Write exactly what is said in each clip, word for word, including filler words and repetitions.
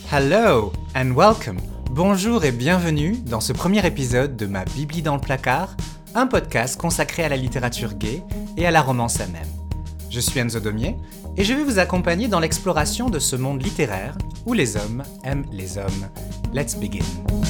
Hello and welcome. Bonjour et bienvenue dans ce premier épisode de ma Bibli dans le placard, un podcast consacré à la littérature gay et à la romance elle-même. Je suis Enzo Daumier et je vais vous accompagner dans l'exploration de ce monde littéraire où les hommes aiment les hommes. Let's begin.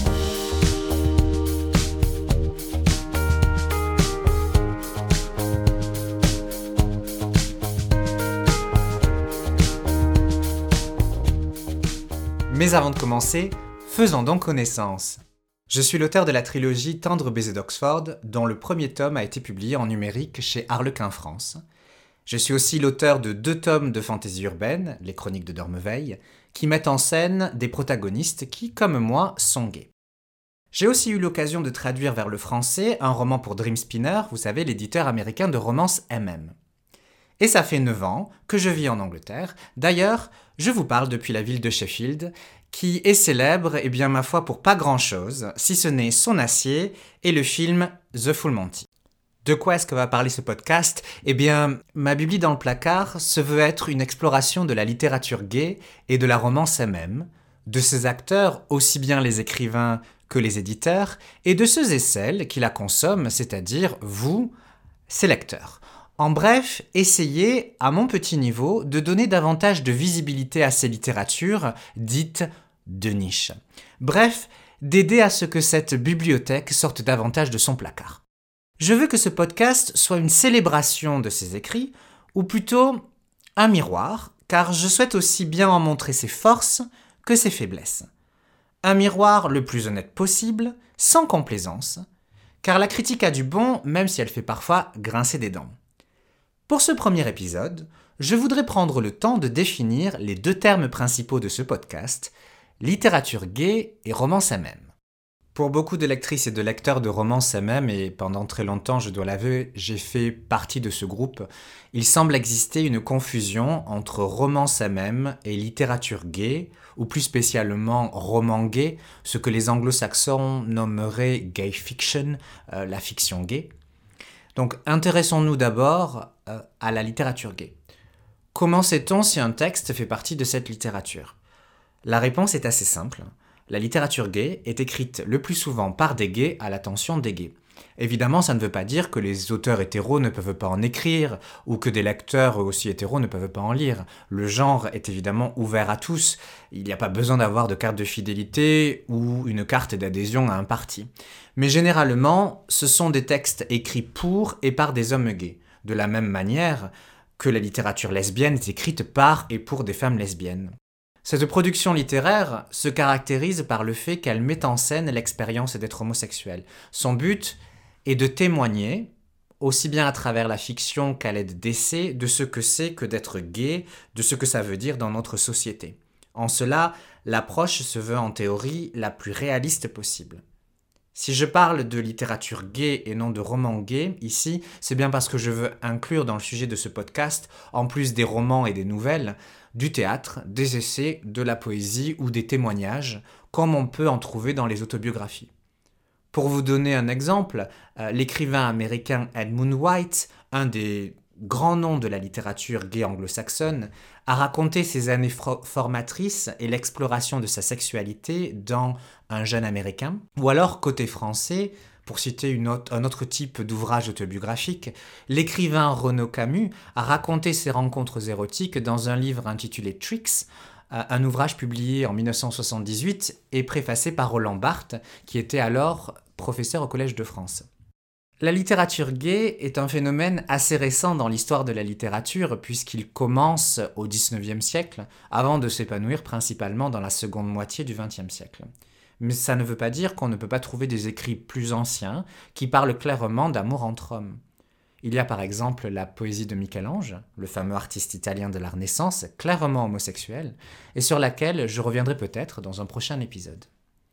Mais avant de commencer, faisons donc connaissance. Je suis l'auteur de la trilogie Tendre baiser d'Oxford, dont le premier tome a été publié en numérique chez Harlequin France. Je suis aussi l'auteur de deux tomes de fantaisie urbaine, Les Chroniques de Dormeveille, qui mettent en scène des protagonistes qui, comme moi, sont gays. J'ai aussi eu l'occasion de traduire vers le français un roman pour Dream Spinner, vous savez, l'éditeur américain de romance M M. Et ça fait neuf ans que je vis en Angleterre. D'ailleurs, je vous parle depuis la ville de Sheffield, qui est célèbre, et bien ma foi, pour pas grand-chose, si ce n'est son acier et le film The Full Monty. De quoi est-ce que va parler ce podcast ? Eh bien, ma Bibli dans le placard se veut être une exploration de la littérature gay et de la romance M M, de ses acteurs, aussi bien les écrivains que les éditeurs, et de ceux et celles qui la consomment, c'est-à-dire vous, ses lecteurs. En bref, essayez, à mon petit niveau, de donner davantage de visibilité à ces littératures dites de niche. Bref, d'aider à ce que cette bibliothèque sorte davantage de son placard. Je veux que ce podcast soit une célébration de ces écrits, ou plutôt un miroir, car je souhaite aussi bien en montrer ses forces que ses faiblesses. Un miroir le plus honnête possible, sans complaisance, car la critique a du bon, même si elle fait parfois grincer des dents. Pour ce premier épisode, je voudrais prendre le temps de définir les deux termes principaux de ce podcast, littérature gay et romance M M. Pour beaucoup de lectrices et de lecteurs de romance M M, et pendant très longtemps, je dois l'avouer, j'ai fait partie de ce groupe, il semble exister une confusion entre romance M M et littérature gay, ou plus spécialement roman gay, ce que les anglo-saxons nommeraient gay fiction, euh, la fiction gay. Donc, intéressons-nous d'abord euh, à la littérature gay. Comment sait-on si un texte fait partie de cette littérature ? La réponse est assez simple. La littérature gay est écrite le plus souvent par des gays à l'attention des gays. Évidemment, ça ne veut pas dire que les auteurs hétéros ne peuvent pas en écrire, ou que des lecteurs aussi hétéros ne peuvent pas en lire. Le genre est évidemment ouvert à tous. Il n'y a pas besoin d'avoir de carte de fidélité ou une carte d'adhésion à un parti. Mais généralement, ce sont des textes écrits pour et par des hommes gays, de la même manière que la littérature lesbienne est écrite par et pour des femmes lesbiennes. Cette production littéraire se caractérise par le fait qu'elle met en scène l'expérience d'être homosexuel. Son but est de témoigner, aussi bien à travers la fiction qu'à l'aide d'essais, de ce que c'est que d'être gay, de ce que ça veut dire dans notre société. En cela, l'approche se veut en théorie la plus réaliste possible. Si je parle de littérature gay et non de roman gay, ici, c'est bien parce que je veux inclure dans le sujet de ce podcast, en plus des romans et des nouvelles, du théâtre, des essais, de la poésie ou des témoignages, comme on peut en trouver dans les autobiographies. Pour vous donner un exemple, euh, l'écrivain américain Edmund White, un des grands noms de la littérature gay anglo-saxonne, a raconté ses années fro- formatrices et l'exploration de sa sexualité dans Un jeune américain. Ou alors, côté français, pour citer une autre, un autre type d'ouvrage autobiographique, l'écrivain Renaud Camus a raconté ses rencontres érotiques dans un livre intitulé Tricks, un ouvrage publié en dix-neuf cent soixante-dix-huit et préfacé par Roland Barthes, qui était alors professeur au Collège de France. La littérature gay est un phénomène assez récent dans l'histoire de la littérature, puisqu'il commence au dix-neuvième siècle, avant de s'épanouir principalement dans la seconde moitié du vingtième siècle. Mais ça ne veut pas dire qu'on ne peut pas trouver des écrits plus anciens qui parlent clairement d'amour entre hommes. Il y a par exemple la poésie de Michel-Ange, le fameux artiste italien de la Renaissance, clairement homosexuel, et sur laquelle je reviendrai peut-être dans un prochain épisode.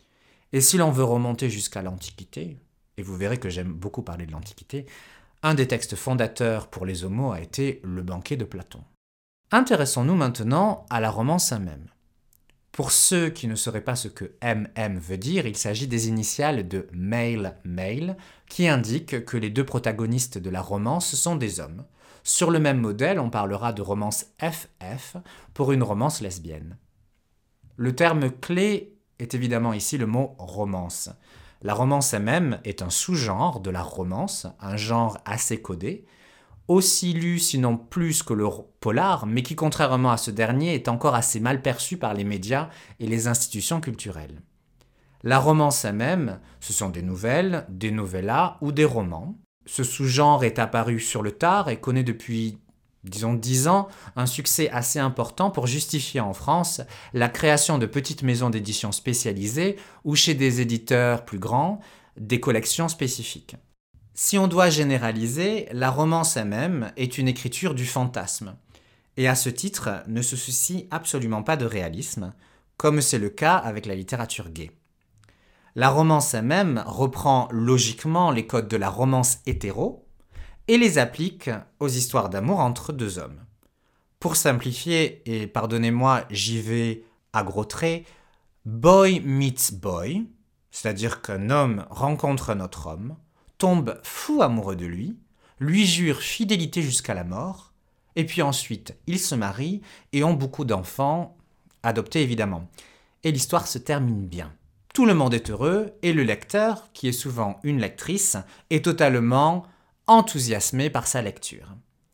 Et si l'on veut remonter jusqu'à l'Antiquité, et vous verrez que j'aime beaucoup parler de l'Antiquité, un des textes fondateurs pour les homos a été le Banquet de Platon. Intéressons-nous maintenant à la romance M M. Pour ceux qui ne sauraient pas ce que M M veut dire, il s'agit des initiales de male-male, qui indiquent que les deux protagonistes de la romance sont des hommes. Sur le même modèle, on parlera de romance F F pour une romance lesbienne. Le terme clé est évidemment ici le mot romance. La romance elle-même est un sous-genre de la romance, un genre assez codé, aussi lu sinon plus que le polar, mais qui contrairement à ce dernier est encore assez mal perçu par les médias et les institutions culturelles. La romance elle-même, ce sont des nouvelles, des novellas ou des romans. Ce sous-genre est apparu sur le tard et connaît depuis, disons, dix ans, un succès assez important pour justifier en France la création de petites maisons d'édition spécialisées ou chez des éditeurs plus grands, des collections spécifiques. Si on doit généraliser, la romance elle-même est une écriture du fantasme, et à ce titre ne se soucie absolument pas de réalisme, comme c'est le cas avec la littérature gay. La romance elle-même reprend logiquement les codes de la romance hétéro et les applique aux histoires d'amour entre deux hommes. Pour simplifier, et pardonnez-moi, j'y vais à gros traits, boy meets boy, c'est-à-dire qu'un homme rencontre un autre homme, tombe fou amoureux de lui, lui jure fidélité jusqu'à la mort, et puis ensuite ils se marient et ont beaucoup d'enfants, adoptés évidemment. Et l'histoire se termine bien. Tout le monde est heureux et le lecteur, qui est souvent une lectrice, est totalement enthousiasmé par sa lecture.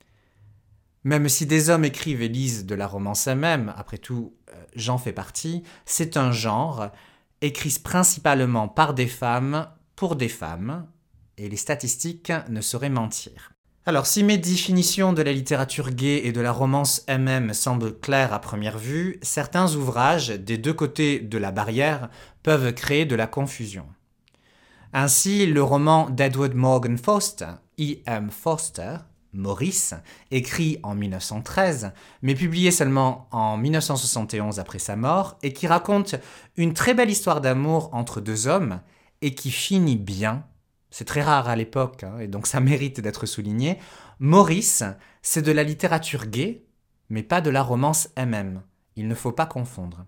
Même si des hommes écrivent et lisent de la romance elle-même, après tout, j'en fais partie, c'est un genre écrit principalement par des femmes, pour des femmes, et les statistiques ne sauraient mentir. Alors, si mes définitions de la littérature gay et de la romance M M semblent claires à première vue, certains ouvrages, des deux côtés de la barrière, peuvent créer de la confusion. Ainsi, le roman d'Edward Morgan Foster, E M Foster, Maurice, écrit en mille neuf cent treize, mais publié seulement en mille neuf cent soixante et onze après sa mort, et qui raconte une très belle histoire d'amour entre deux hommes, et qui finit bien. C'est très rare à l'époque, hein, et donc ça mérite d'être souligné. Maurice, c'est de la littérature gay, mais pas de la romance M M. Il ne faut pas confondre.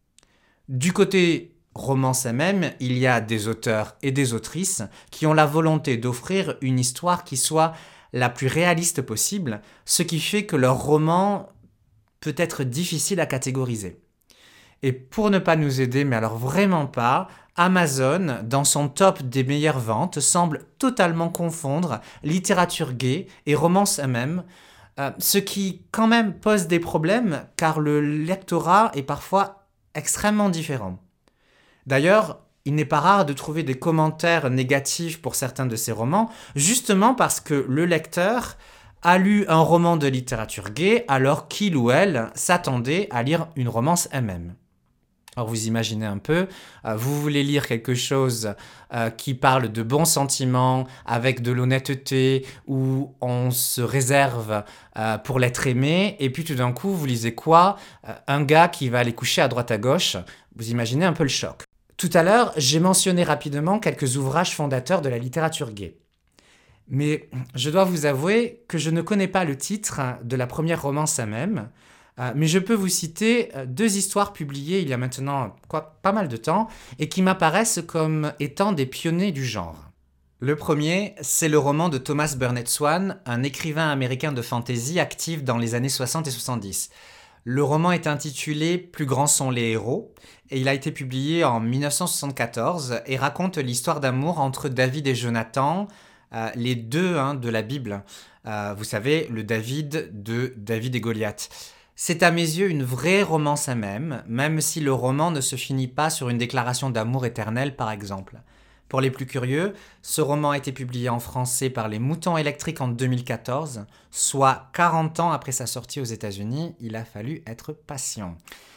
Du côté romance M M, il y a des auteurs et des autrices qui ont la volonté d'offrir une histoire qui soit la plus réaliste possible, ce qui fait que leur roman peut être difficile à catégoriser. Et pour ne pas nous aider, mais alors vraiment pas, Amazon, dans son top des meilleures ventes, semble totalement confondre littérature gay et romance M M, euh, ce qui quand même pose des problèmes car le lectorat est parfois extrêmement différent. D'ailleurs, il n'est pas rare de trouver des commentaires négatifs pour certains de ces romans, justement parce que le lecteur a lu un roman de littérature gay alors qu'il ou elle s'attendait à lire une romance M M. Alors vous imaginez un peu, euh, vous voulez lire quelque chose euh, qui parle de bons sentiments, avec de l'honnêteté, où on se réserve euh, pour l'être aimé, et puis tout d'un coup vous lisez quoi euh, Un gars qui va aller coucher à droite à gauche, vous imaginez un peu le choc. Tout à l'heure, j'ai mentionné rapidement quelques ouvrages fondateurs de la littérature gay. Mais je dois vous avouer que je ne connais pas le titre de la première romance M M, Euh, mais je peux vous citer euh, deux histoires publiées il y a maintenant quoi, pas mal de temps et qui m'apparaissent comme étant des pionniers du genre. Le premier, c'est le roman de Thomas Burnett Swan, un écrivain américain de fantasy actif dans les années soixante et soixante-dix. Le roman est intitulé « Plus grands sont les héros » et il a été publié en mille neuf cent soixante-quatorze et raconte l'histoire d'amour entre David et Jonathan, euh, les deux hein, de la Bible. Euh, vous savez, le David de David et Goliath. C'est à mes yeux une vraie romance M M, même si le roman ne se finit pas sur une déclaration d'amour éternel par exemple. Pour les plus curieux, ce roman a été publié en français par les Moutons électriques en deux mille quatorze, soit quarante ans après sa sortie aux États-Unis, il a fallu être patient.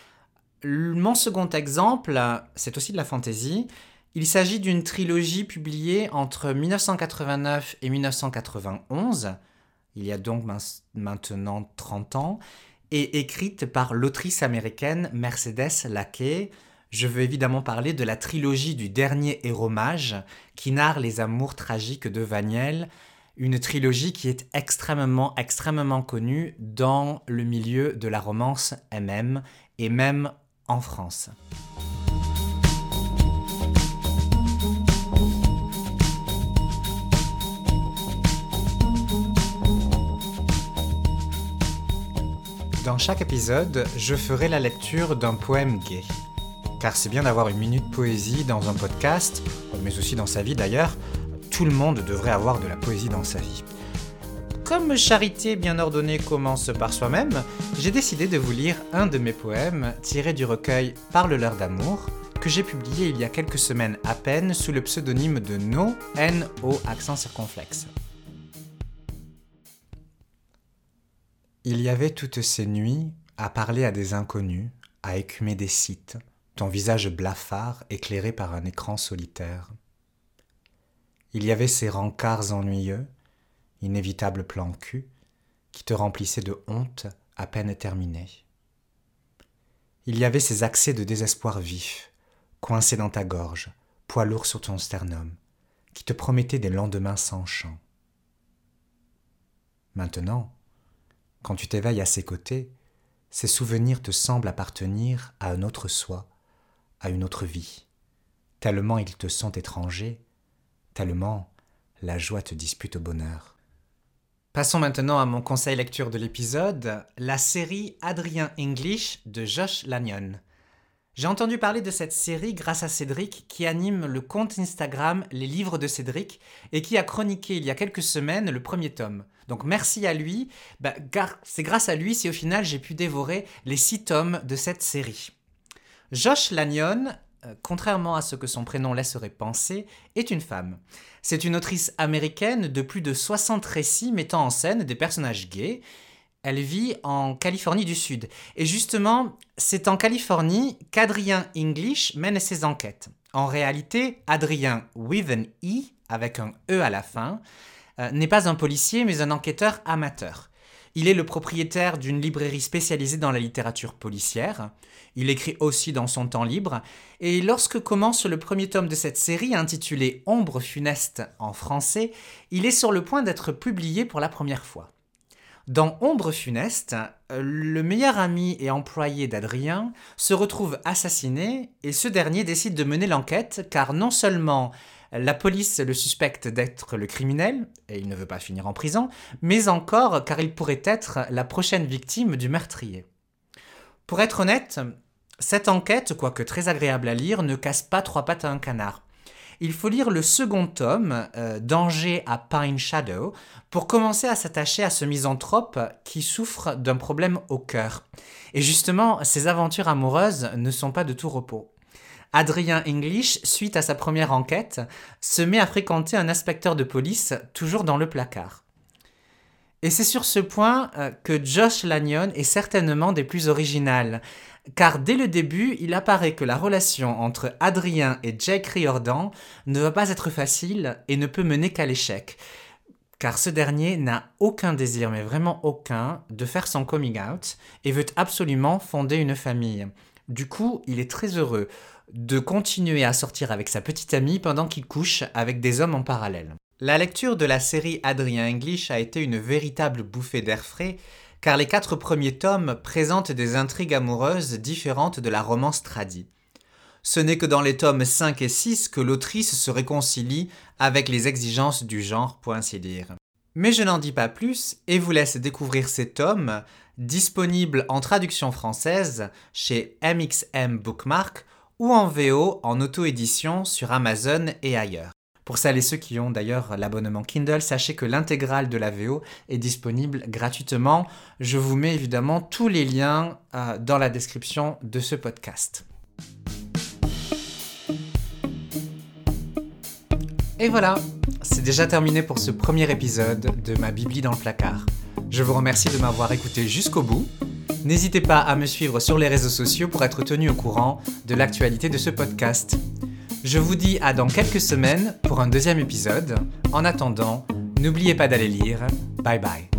Mon second exemple, c'est aussi de la fantaisie. Il s'agit d'une trilogie publiée entre mille neuf cent quatre-vingt-neuf et mille neuf cent quatre-vingt-onze, il y a donc maintenant trente ans, et écrite par l'autrice américaine Mercedes Lackey. Je veux évidemment parler de la trilogie du dernier héros mage qui narre les amours tragiques de Vaniel, une trilogie qui est extrêmement, extrêmement connue dans le milieu de la romance M M et même en France. Dans chaque épisode, je ferai la lecture d'un poème gay. car c'est bien d'avoir une minute poésie dans un podcast, mais aussi dans sa vie d'ailleurs. Tout le monde devrait avoir de la poésie dans sa vie. Comme charité bien ordonnée commence par soi-même, j'ai décidé de vous lire un de mes poèmes tiré du recueil Parle-leur d'amour, que j'ai publié il y a quelques semaines à peine sous le pseudonyme de No, N O accent circonflexe. Il y avait toutes ces nuits à parler à des inconnus, à écumer des sites, ton visage blafard éclairé par un écran solitaire. Il y avait ces rencarts ennuyeux, inévitables plans cul, qui te remplissaient de honte à peine terminée. Il y avait ces accès de désespoir vif, coincés dans ta gorge, poids lourd sur ton sternum, qui te promettaient des lendemains sans chant. Maintenant, quand tu t'éveilles à ses côtés, ces souvenirs te semblent appartenir à un autre soi, à une autre vie, tellement ils te sont étrangers, tellement la joie te dispute au bonheur. Passons maintenant à mon conseil lecture de l'épisode, la série Adrien English de Josh Lanyon. J'ai entendu parler de cette série grâce à Cédric qui anime le compte Instagram Les Livres de Cédric et qui a chroniqué il y a quelques semaines le premier tome. Donc merci à lui, bah, c'est grâce à lui si au final j'ai pu dévorer les six tomes de cette série. Josh Lanyon, euh, contrairement à ce que son prénom laisserait penser, est une femme. C'est une autrice américaine de plus de soixante récits mettant en scène des personnages gays. Elle vit en Californie du Sud. Et justement, c'est en Californie qu'Adrien English mène ses enquêtes. En réalité, Adrien with an E, avec un E à la fin, euh, n'est pas un policier mais un enquêteur amateur. Il est le propriétaire d'une librairie spécialisée dans la littérature policière. Il écrit aussi dans son temps libre. Et lorsque commence le premier tome de cette série, intitulé « Ombre funeste » en français, il est sur le point d'être publié pour la première fois. Dans Ombre funeste, le meilleur ami et employé d'Adrien se retrouve assassiné et ce dernier décide de mener l'enquête car non seulement la police le suspecte d'être le criminel, et il ne veut pas finir en prison, mais encore car il pourrait être la prochaine victime du meurtrier. Pour être honnête, cette enquête, quoique très agréable à lire, ne casse pas trois pattes à un canard. Il faut lire le second tome, euh, Danger à Pine Shadow, pour commencer à s'attacher à ce misanthrope qui souffre d'un problème au cœur. Et justement, ses aventures amoureuses ne sont pas de tout repos. Adrien English, suite à sa première enquête, se met à fréquenter un inspecteur de police, toujours dans le placard. Et c'est sur ce point euh, que Josh Lanyon est certainement des plus originales, car dès le début, il apparaît que la relation entre Adrien et Jake Riordan ne va pas être facile et ne peut mener qu'à l'échec, car ce dernier n'a aucun désir, mais vraiment aucun, de faire son coming out et veut absolument fonder une famille. Du coup, il est très heureux de continuer à sortir avec sa petite amie pendant qu'il couche avec des hommes en parallèle. La lecture de la série Adrien English a été une véritable bouffée d'air frais, car les quatre premiers tomes présentent des intrigues amoureuses différentes de la romance tradie. Ce n'est que dans les tomes cinq et six que l'autrice se réconcilie avec les exigences du genre, pour ainsi dire. Mais je n'en dis pas plus et vous laisse découvrir ces tomes, disponibles en traduction française chez M X M Bookmark ou en V O en auto-édition sur Amazon et ailleurs. Pour celles et ceux qui ont d'ailleurs l'abonnement Kindle, sachez que l'intégrale de la V O est disponible gratuitement. Je vous mets évidemment tous les liens euh, dans la description de ce podcast. Et voilà, c'est déjà terminé pour ce premier épisode de ma Bibli dans le placard. Je vous remercie de m'avoir écouté jusqu'au bout. N'hésitez pas à me suivre sur les réseaux sociaux pour être tenu au courant de l'actualité de ce podcast. Je vous dis à dans quelques semaines pour un deuxième épisode. En attendant, n'oubliez pas d'aller lire. Bye bye.